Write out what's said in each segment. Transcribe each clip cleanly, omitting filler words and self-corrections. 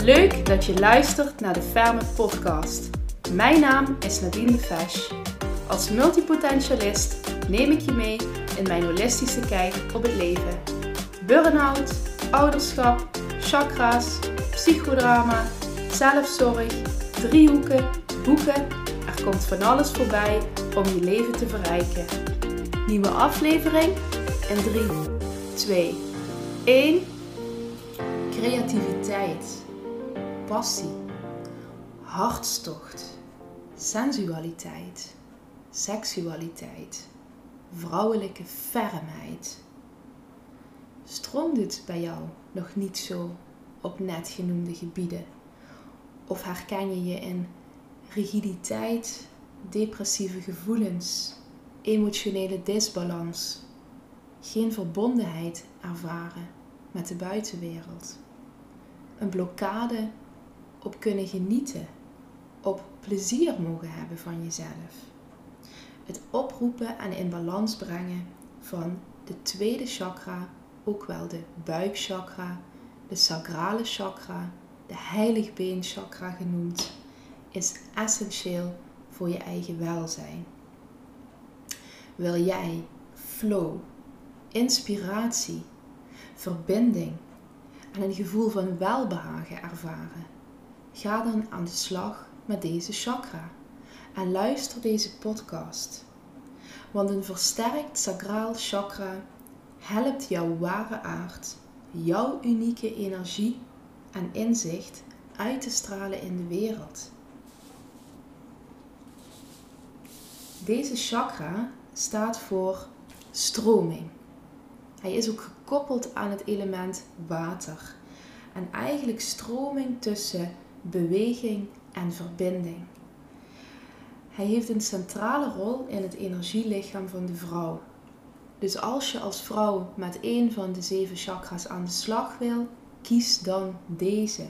Leuk dat je luistert naar de Ferme Podcast. Mijn naam is Nadine de Fesch. Als multipotentialist neem ik je mee in mijn holistische kijk op het leven. Burn-out, ouderschap, chakra's, psychodrama, zelfzorg, driehoeken, boeken. Er komt van alles voorbij om je leven te verrijken. Nieuwe aflevering in 3, 2, 1. Creativiteit, passie, hartstocht, sensualiteit, seksualiteit, vrouwelijke fermheid. Stroomt het bij jou nog niet zo op net genoemde gebieden? Of herken je je in rigiditeit, depressieve gevoelens, emotionele disbalans, geen verbondenheid ervaren met de buitenwereld? Een blokkade op kunnen genieten, op plezier mogen hebben van jezelf. Het oproepen en in balans brengen van de tweede chakra, ook wel de buikchakra, de sakrale chakra, de heiligbeenchakra genoemd, is essentieel voor je eigen welzijn. Wil jij flow, inspiratie, verbinding en een gevoel van welbehagen ervaren? Ga dan aan de slag met deze chakra en luister deze podcast. Want een versterkt sakraal chakra helpt jouw ware aard, jouw unieke energie en inzicht uit te stralen in de wereld. Deze chakra staat voor stroming. Hij is ook gekoppeld aan het element water. En eigenlijk stroming tussen beweging en verbinding. Hij heeft een centrale rol in het energielichaam van de vrouw. Dus als je als vrouw met een van de 7 chakra's aan de slag wil, kies dan deze.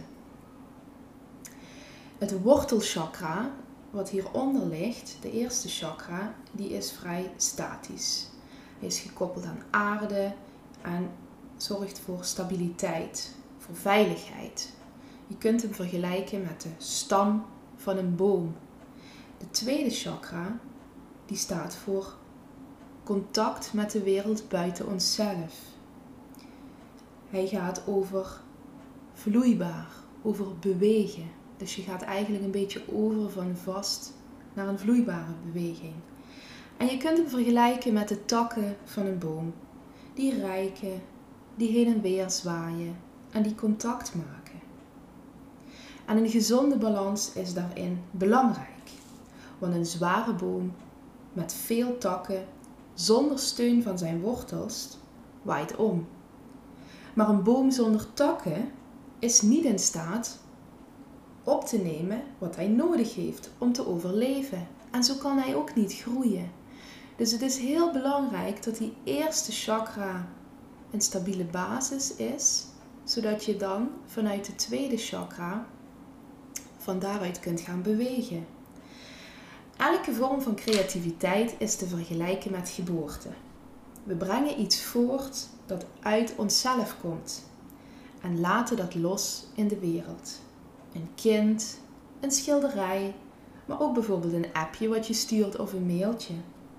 Het wortelchakra, wat hieronder ligt, de eerste chakra, die is vrij statisch. Hij is gekoppeld aan aarde en zorgt voor stabiliteit, voor veiligheid. Je kunt hem vergelijken met de stam van een boom. De tweede chakra, die staat voor contact met de wereld buiten onszelf. Hij gaat over vloeibaar, over bewegen. Dus je gaat eigenlijk een beetje over van vast naar een vloeibare beweging. En je kunt hem vergelijken met de takken van een boom. Die reiken, die heen en weer zwaaien en die contact maken. En een gezonde balans is daarin belangrijk. Want een zware boom met veel takken, zonder steun van zijn wortels, waait om. Maar een boom zonder takken is niet in staat op te nemen wat hij nodig heeft om te overleven. En zo kan hij ook niet groeien. Dus het is heel belangrijk dat die eerste chakra een stabiele basis is, zodat je dan vanuit de tweede chakra van daaruit kunt gaan bewegen. Elke vorm van creativiteit is te vergelijken met geboorte. We brengen iets voort dat uit onszelf komt en laten dat los in de wereld. Een kind, een schilderij, maar ook bijvoorbeeld een appje wat je stuurt of een mailtje.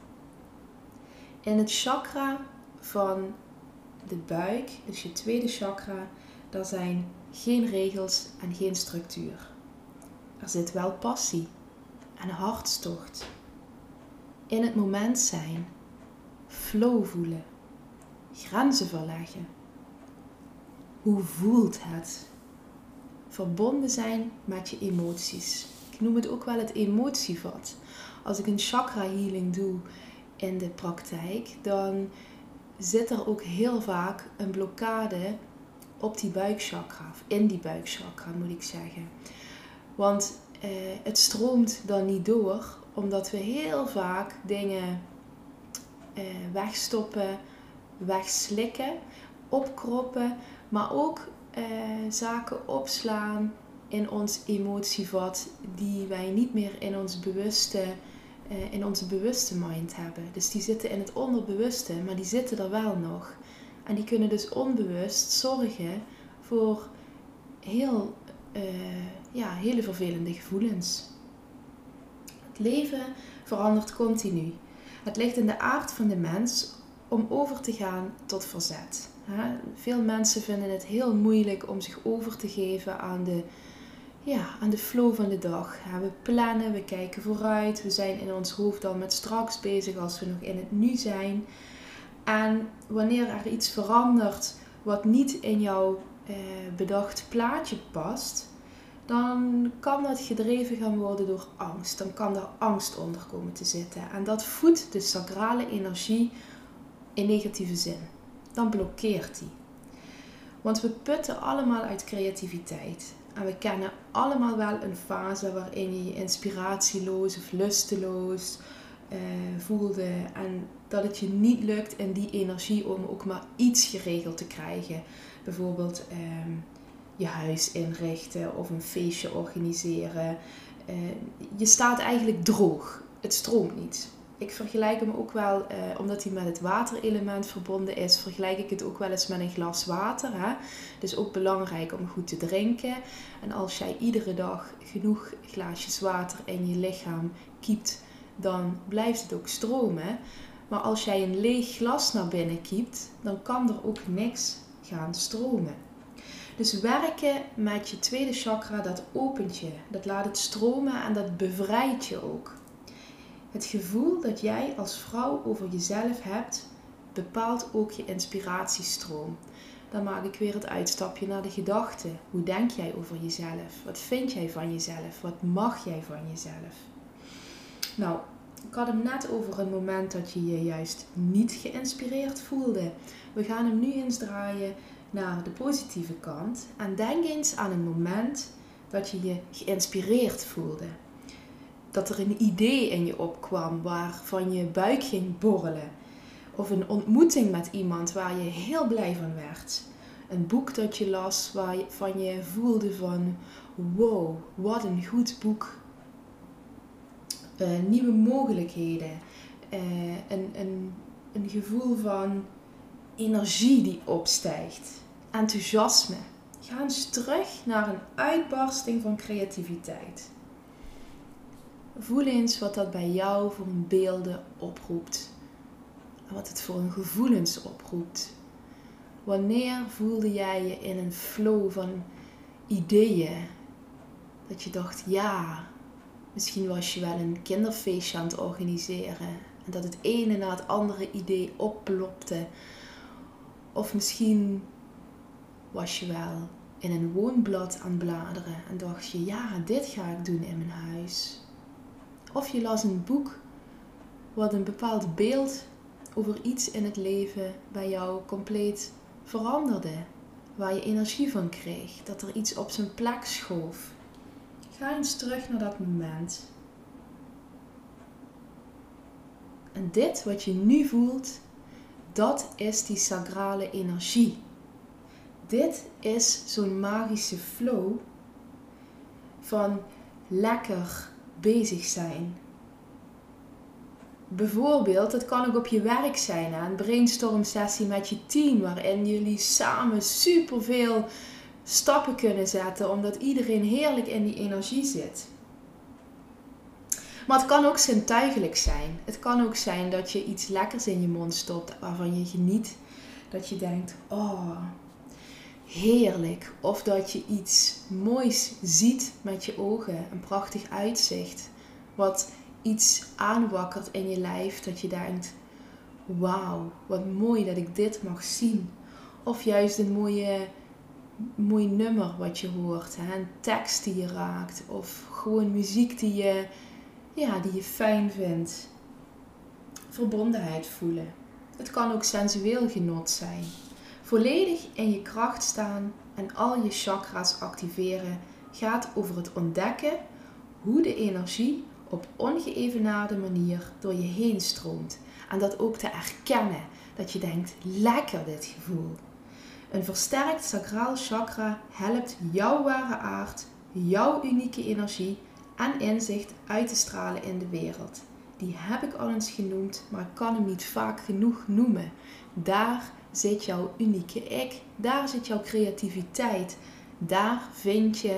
In het chakra van de buik, dus je tweede chakra, daar zijn geen regels en geen structuur. Er zit wel passie en hartstocht. In het moment zijn, flow voelen, grenzen verleggen. Hoe voelt het? Verbonden zijn met je emoties. Ik noem het ook wel het emotievat. Als ik een chakra healing doe in de praktijk, dan zit er ook heel vaak een blokkade op die buikchakra, of in die buikchakra moet ik zeggen. Want het stroomt dan niet door, omdat we heel vaak dingen wegstoppen, wegslikken, opkroppen, maar ook zaken opslaan in ons emotievat die wij niet meer in onze bewuste mind hebben. Dus die zitten in het onderbewuste, maar die zitten er wel nog. En die kunnen dus onbewust zorgen voor heel hele vervelende gevoelens. Het leven verandert continu. Het ligt in de aard van de mens om over te gaan tot verzet. Veel mensen vinden het heel moeilijk om zich over te geven aan de flow van de dag. We plannen, we kijken vooruit, we zijn in ons hoofd al met straks bezig als we nog in het nu zijn. En wanneer er iets verandert wat niet in jouw bedacht plaatje past, dan kan dat gedreven gaan worden door angst. Dan kan er angst onder komen te zitten. En dat voedt de sacrale energie in negatieve zin. Dan blokkeert die. Want we putten allemaal uit creativiteit. En we kennen allemaal wel een fase waarin je je inspiratieloos of lusteloos voelde. En dat het je niet lukt in die energie om ook maar iets geregeld te krijgen. Bijvoorbeeld je huis inrichten of een feestje organiseren. Je staat eigenlijk droog. Het stroomt niet. Ik vergelijk hem ook wel, omdat hij met het waterelement verbonden is, vergelijk ik het ook wel eens met een glas water. Hè? Het is ook belangrijk om goed te drinken. En als jij iedere dag genoeg glaasjes water in je lichaam kiept, dan blijft het ook stromen. Maar als jij een leeg glas naar binnen kiept, dan kan er ook niks gaan stromen. Dus werken met je tweede chakra, dat opent je, dat laat het stromen en dat bevrijdt je ook. Het gevoel dat jij als vrouw over jezelf hebt, bepaalt ook je inspiratiestroom. Dan maak ik weer het uitstapje naar de gedachten. Hoe denk jij over jezelf? Wat vind jij van jezelf? Wat mag jij van jezelf? Nou, ik had hem net over een moment dat je je juist niet geïnspireerd voelde. We gaan hem nu eens draaien naar de positieve kant. En denk eens aan een moment dat je je geïnspireerd voelde. Dat er een idee in je opkwam waarvan je buik ging borrelen. Of een ontmoeting met iemand waar je heel blij van werd. Een boek dat je las waarvan je voelde van wow, wat een goed boek. Nieuwe mogelijkheden. Een gevoel van energie die opstijgt. Enthousiasme. Ga eens terug naar een uitbarsting van creativiteit. Voel eens wat dat bij jou voor een beelden oproept. En wat het voor een gevoelens oproept. Wanneer voelde jij je in een flow van ideeën? Dat je dacht, ja, misschien was je wel een kinderfeestje aan het organiseren. En dat het ene na het andere idee opplopte. Of misschien was je wel in een woonblad aan het bladeren. En dacht je, ja, dit ga ik doen in mijn huis. Of je las een boek wat een bepaald beeld over iets in het leven bij jou compleet veranderde. Waar je energie van kreeg. Dat er iets op zijn plek schoof. Ga eens terug naar dat moment. En dit wat je nu voelt, dat is die sacrale energie. Dit is zo'n magische flow van lekker bezig zijn. Bijvoorbeeld, het kan ook op je werk zijn, een brainstorm sessie met je team, waarin jullie samen superveel stappen kunnen zetten, omdat iedereen heerlijk in die energie zit. Maar het kan ook zintuigelijk zijn. Het kan ook zijn dat je iets lekkers in je mond stopt, waarvan je geniet. Dat je denkt, oh, heerlijk. Of dat je iets moois ziet met je ogen, een prachtig uitzicht. Wat iets aanwakkert in je lijf, dat je denkt, wauw, wat mooi dat ik dit mag zien. Of juist een mooi nummer wat je hoort, een tekst die je raakt. Of gewoon muziek die je fijn vindt. Verbondenheid voelen. Het kan ook sensueel genot zijn. Volledig in je kracht staan en al je chakra's activeren gaat over het ontdekken hoe de energie op ongeëvenaarde manier door je heen stroomt. En dat ook te erkennen. Dat je denkt, lekker dit gevoel. Een versterkt sacraal chakra helpt jouw ware aard, jouw unieke energie en inzicht uit te stralen in de wereld. Die heb ik al eens genoemd, maar ik kan hem niet vaak genoeg noemen. Daar zit jouw unieke ik, daar zit jouw creativiteit. Daar vind je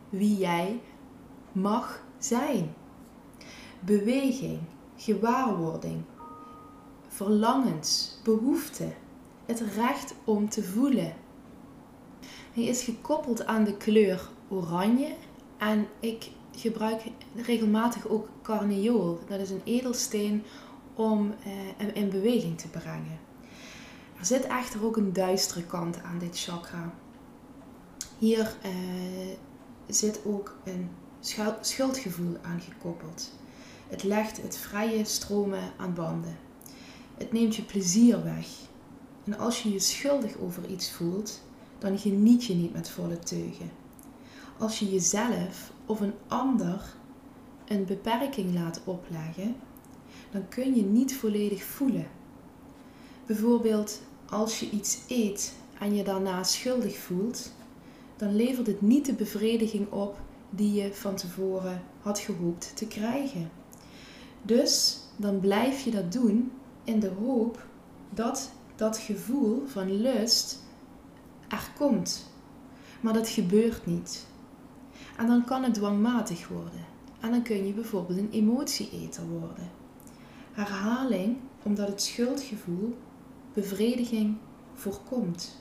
wie jij mag zijn. Beweging, gewaarwording, verlangens, behoeften, het recht om te voelen. Hij is gekoppeld aan de kleur oranje en ik gebruik regelmatig ook carneool. Dat is een edelsteen om hem in beweging te brengen. Er zit echter ook een duistere kant aan dit chakra. Hier zit ook een schuldgevoel aan gekoppeld. Het legt het vrije stromen aan banden. Het neemt je plezier weg. En als je je schuldig over iets voelt, dan geniet je niet met volle teugen. Als je jezelf of een ander een beperking laat opleggen, dan kun je niet volledig voelen. Bijvoorbeeld als je iets eet en je daarna schuldig voelt, dan levert het niet de bevrediging op die je van tevoren had gehoopt te krijgen. Dus dan blijf je dat doen in de hoop dat dat gevoel van lust er komt. Maar dat gebeurt niet. En dan kan het dwangmatig worden. En dan kun je bijvoorbeeld een emotieeter worden. Herhaling omdat het schuldgevoel bevrediging voorkomt.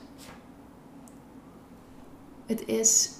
Het is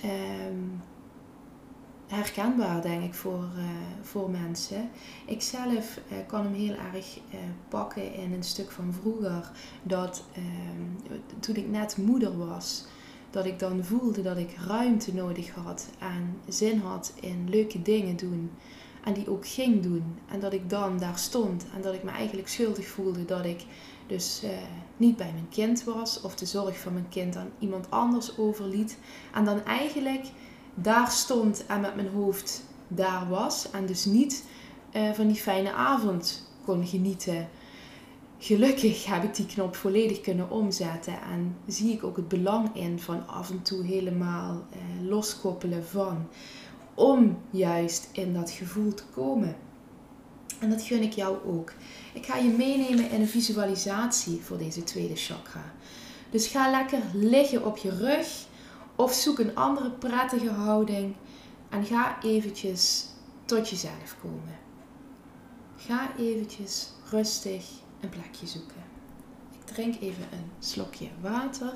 herkenbaar, denk ik, voor mensen. Ik zelf kan hem heel erg pakken in een stuk van vroeger. Dat toen ik net moeder was, dat ik dan voelde dat ik ruimte nodig had en zin had in leuke dingen doen. En die ook ging doen. En dat ik dan daar stond en dat ik me eigenlijk schuldig voelde dat ik dus niet bij mijn kind was. Of de zorg van mijn kind aan iemand anders overliet. En dan eigenlijk daar stond en met mijn hoofd daar was. En dus niet van die fijne avond kon genieten. Gelukkig heb ik die knop volledig kunnen omzetten. En zie ik ook het belang in van af en toe helemaal loskoppelen van. Om juist in dat gevoel te komen. En dat gun ik jou ook. Ik ga je meenemen in een visualisatie voor deze tweede chakra. Dus ga lekker liggen op je rug. Of zoek een andere prettige houding. En ga eventjes tot jezelf komen. Ga eventjes rustig een plekje zoeken. Ik drink even een slokje water.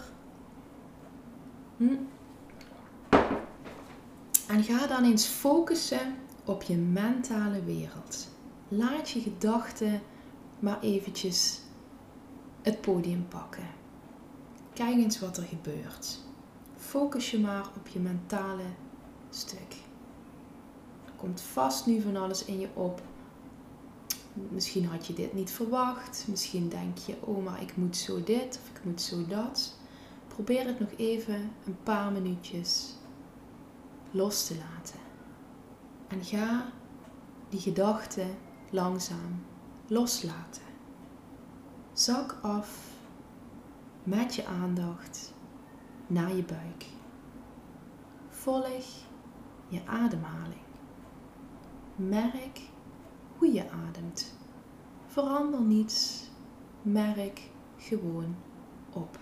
En ga dan eens focussen op je mentale wereld. Laat je gedachten maar eventjes het podium pakken. Kijk eens wat er gebeurt. Focus je maar op je mentale stuk. Er komt vast nu van alles in je op. Misschien had je dit niet verwacht. Misschien denk je, oh maar ik moet zo dit of ik moet zo dat. Probeer het nog even een paar minuutjes los te laten. En ga die gedachten langzaam loslaten. Zak af met je aandacht naar je buik. Volg je ademhaling. Merk hoe je ademt. Verander niets. Merk gewoon op.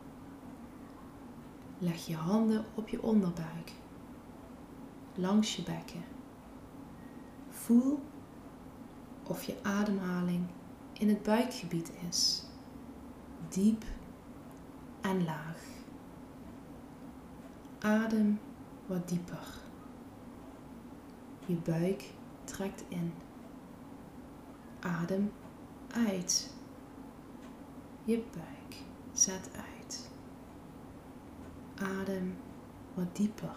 Leg je handen op je onderbuik. Langs je bekken. Voel of je ademhaling in het buikgebied is. Diep en laag. Adem wat dieper. Je buik trekt in. Adem uit. Je buik zet uit. Adem wat dieper.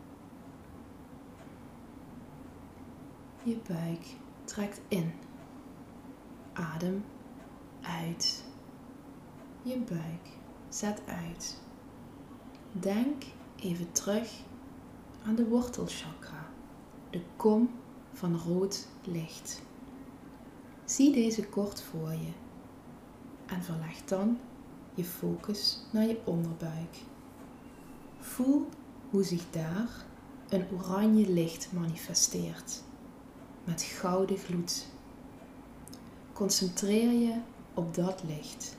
Je buik trekt in. Adem uit. Je buik zet uit. Denk even terug aan de wortelchakra, de kom van rood licht. Zie deze kort voor je en verleg dan je focus naar je onderbuik. Voel hoe zich daar een oranje licht manifesteert met gouden gloed. Concentreer je op dat licht.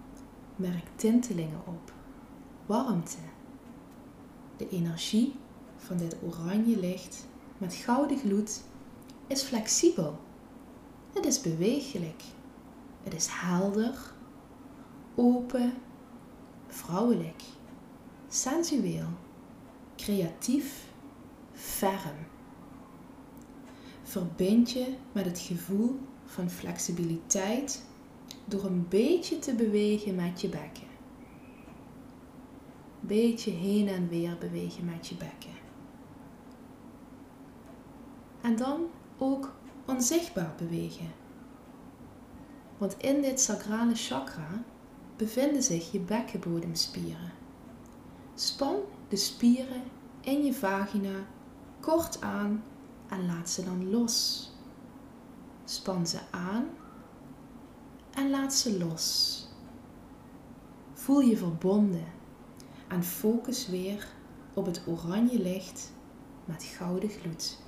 Merk tintelingen op, warmte, de energie van dit oranje licht met gouden gloed is flexibel. Het is bewegelijk. Het is helder, open, vrouwelijk, sensueel, creatief, ferm. Verbind je met het gevoel van flexibiliteit door een beetje te bewegen met je bekken. Beetje heen en weer bewegen met je bekken. En dan ook onzichtbaar bewegen. Want in dit sacrale chakra bevinden zich je bekkenbodemspieren. Span de spieren in je vagina kort aan en laat ze dan los. Span ze aan en laat ze los. Voel je verbonden en focus weer op het oranje licht met gouden gloed.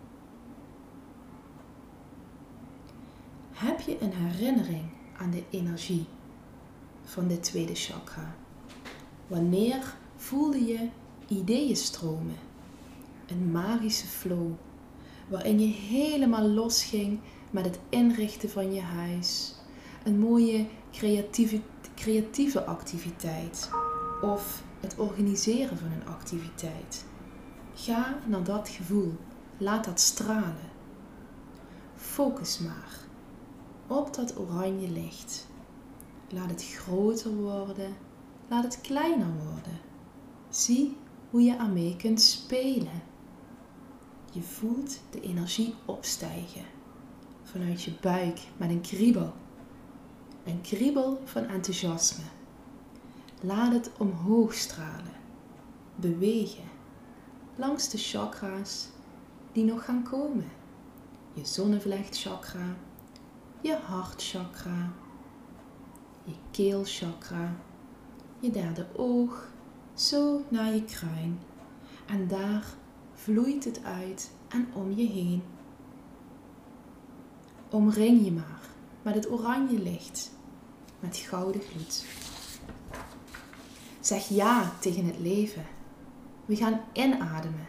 Heb je een herinnering aan de energie van dit tweede chakra? Wanneer voelde je ideeën stromen? Een magische flow, waarin je helemaal losging met het inrichten van je huis. Een mooie creatieve activiteit of het organiseren van een activiteit. Ga naar dat gevoel, laat dat stralen. Focus maar op dat oranje licht. Laat het groter worden, laat het kleiner worden. Zie hoe je ermee kunt spelen. Je voelt de energie opstijgen vanuit je buik met een kriebel. Een kriebel van enthousiasme. Laat het omhoog stralen, bewegen langs de chakra's die nog gaan komen. Je zonnevlechtchakra, je hartchakra, je keelchakra, je derde oog, zo naar je kruin. En daar vloeit het uit en om je heen. Omring je maar met het oranje licht, met gouden gloed. Zeg ja tegen het leven. We gaan inademen.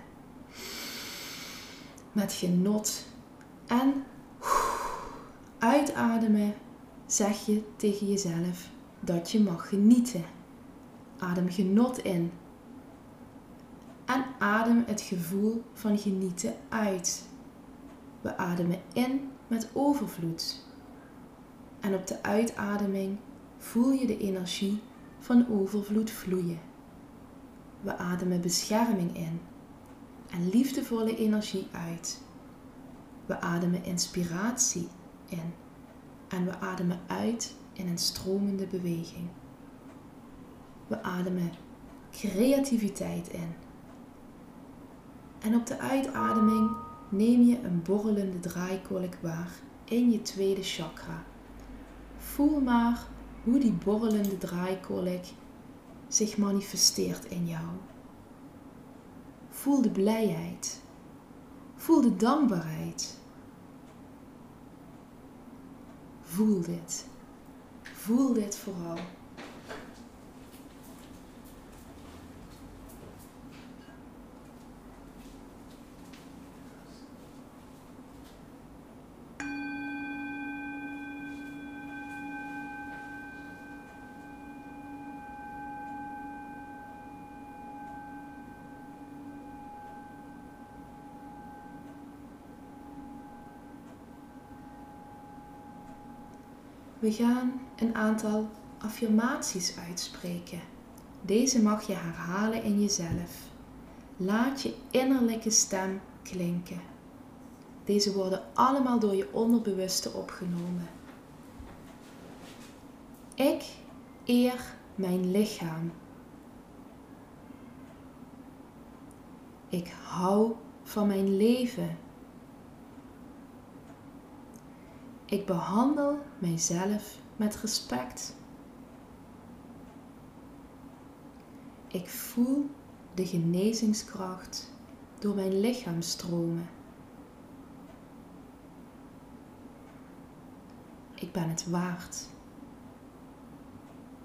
Met genot. En uitademen zeg je tegen jezelf dat je mag genieten. Adem genot in. En adem het gevoel van genieten uit. We ademen in met overvloed. En op de uitademing voel je de energie van overvloed vloeien. We ademen bescherming in en liefdevolle energie uit. We ademen inspiratie in en we ademen uit in een stromende beweging. We ademen creativiteit in. En op de uitademing neem je een borrelende draaikolk waar in je tweede chakra. Voel maar hoe die borrelende draaikolk zich manifesteert in jou. Voel de blijheid. Voel de dankbaarheid. Voel dit. Voel dit vooral. We gaan een aantal affirmaties uitspreken. Deze mag je herhalen in jezelf. Laat je innerlijke stem klinken. Deze worden allemaal door je onderbewuste opgenomen. Ik eer mijn lichaam. Ik hou van mijn leven. Ik behandel mijzelf met respect. Ik voel de genezingskracht door mijn lichaam stromen. Ik ben het waard.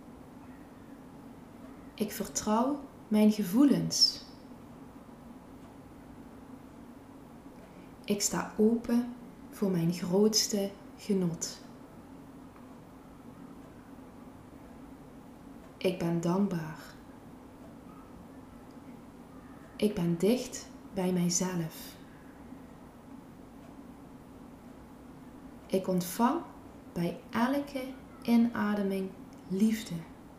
Ik vertrouw mijn gevoelens. Ik sta open voor mijn grootste genot. Ik ben dankbaar. Ik ben dicht bij mijzelf. Ik ontvang bij elke inademing liefde.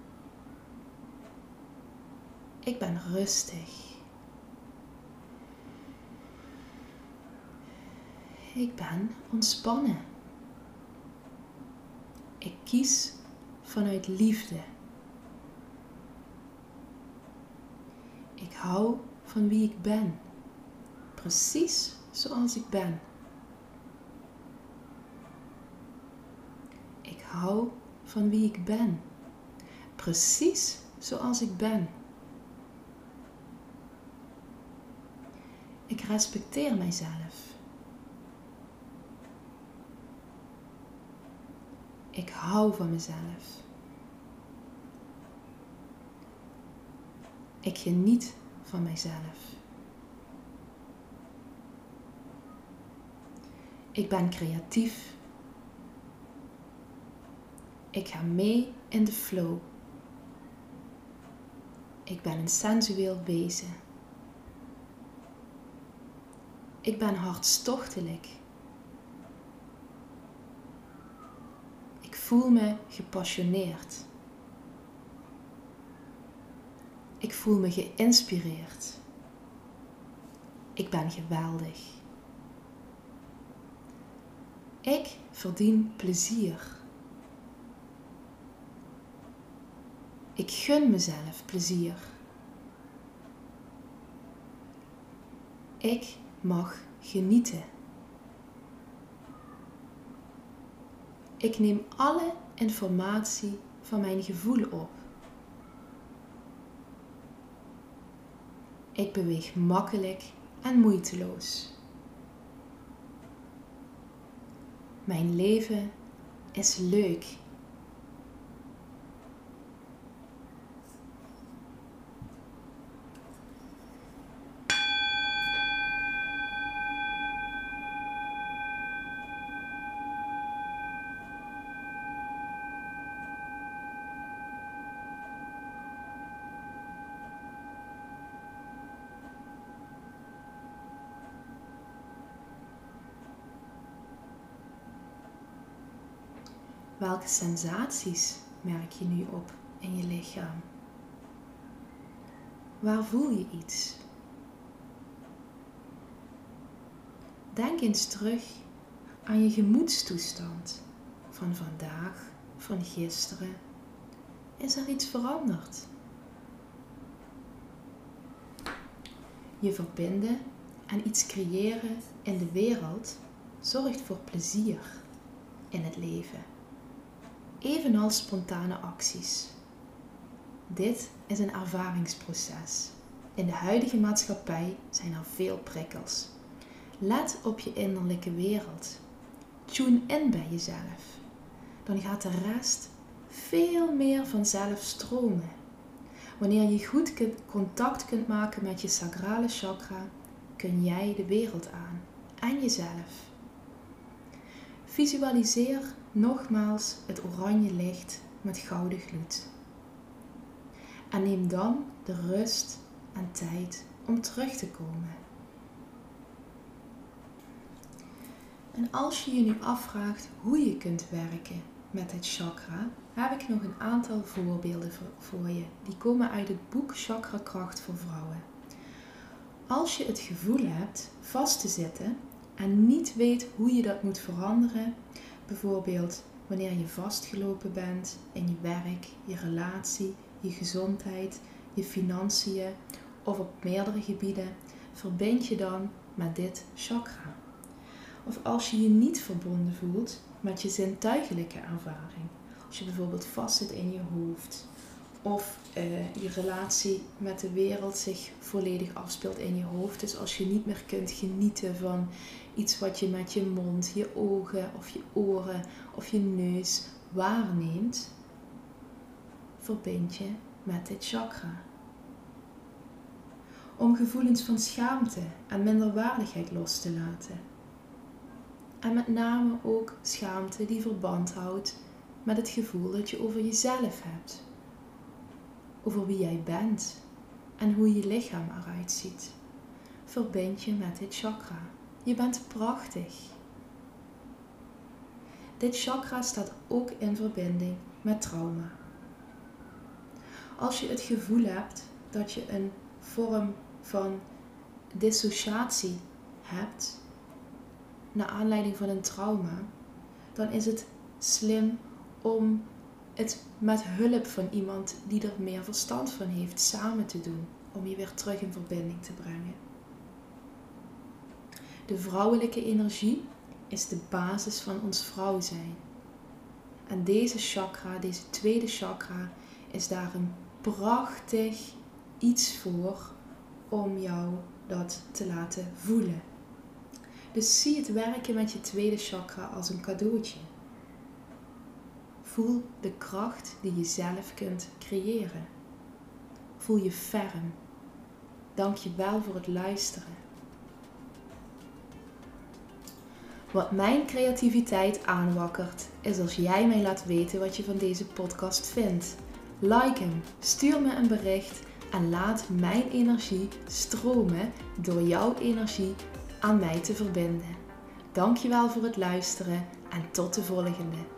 Ik ben rustig. Ik ben ontspannen. Ik kies vanuit liefde. Ik hou van wie ik ben, precies zoals ik ben. Ik hou van wie ik ben, precies zoals ik ben. Ik respecteer mijzelf. Ik hou van mezelf. Ik geniet van mijzelf. Ik ben creatief. Ik ga mee in de flow. Ik ben een sensueel wezen. Ik ben hartstochtelijk. Ik voel me gepassioneerd. Ik voel me geïnspireerd. Ik ben geweldig. Ik verdien plezier. Ik gun mezelf plezier. Ik mag genieten. Ik neem alle informatie van mijn gevoel op. Ik beweeg makkelijk en moeiteloos. Mijn leven is leuk. Welke sensaties merk je nu op in je lichaam? Waar voel je iets? Denk eens terug aan je gemoedstoestand van vandaag, van gisteren. Is er iets veranderd? Je verbinden en iets creëren in de wereld zorgt voor plezier in het leven. Evenals spontane acties. Dit is een ervaringsproces. In de huidige maatschappij zijn er veel prikkels. Let op je innerlijke wereld. Tune in bij jezelf. Dan gaat de rest veel meer vanzelf stromen. Wanneer je goed contact kunt maken met je sacrale chakra, kun jij de wereld aan en jezelf. Visualiseer nogmaals het oranje licht met gouden gloed. En neem dan de rust en tijd om terug te komen. En als je je nu afvraagt hoe je kunt werken met het chakra, heb ik nog een aantal voorbeelden voor je. Die komen uit het boek Chakra Kracht voor Vrouwen. Als je het gevoel hebt vast te zitten en niet weet hoe je dat moet veranderen, bijvoorbeeld wanneer je vastgelopen bent in je werk, je relatie, je gezondheid, je financiën of op meerdere gebieden, verbind je dan met dit chakra. Of als je je niet verbonden voelt met je zintuigelijke ervaring. Als je bijvoorbeeld vastzit in je hoofd. Of je relatie met de wereld zich volledig afspeelt in je hoofd. Dus als je niet meer kunt genieten van iets wat je met je mond, je ogen of je oren of je neus waarneemt. Verbind je met dit chakra. Om gevoelens van schaamte en minderwaardigheid los te laten. En met name ook schaamte die verband houdt met het gevoel dat je over jezelf hebt. Over wie jij bent en hoe je lichaam eruit ziet. Verbind je met dit chakra. Je bent prachtig. Dit chakra staat ook in verbinding met trauma. Als je het gevoel hebt dat je een vorm van dissociatie hebt, naar aanleiding van een trauma, dan is het slim om het met hulp van iemand die er meer verstand van heeft samen te doen, om je weer terug in verbinding te brengen. De vrouwelijke energie is de basis van ons vrouw zijn. En deze chakra, deze tweede chakra, is daar een prachtig iets voor om jou dat te laten voelen. Dus zie het werken met je tweede chakra als een cadeautje. Voel de kracht die je zelf kunt creëren. Voel je ferm. Dank je wel voor het luisteren. Wat mijn creativiteit aanwakkert, is als jij mij laat weten wat je van deze podcast vindt. Like hem, stuur me een bericht en laat mijn energie stromen door jouw energie aan mij te verbinden. Dankjewel voor het luisteren en tot de volgende.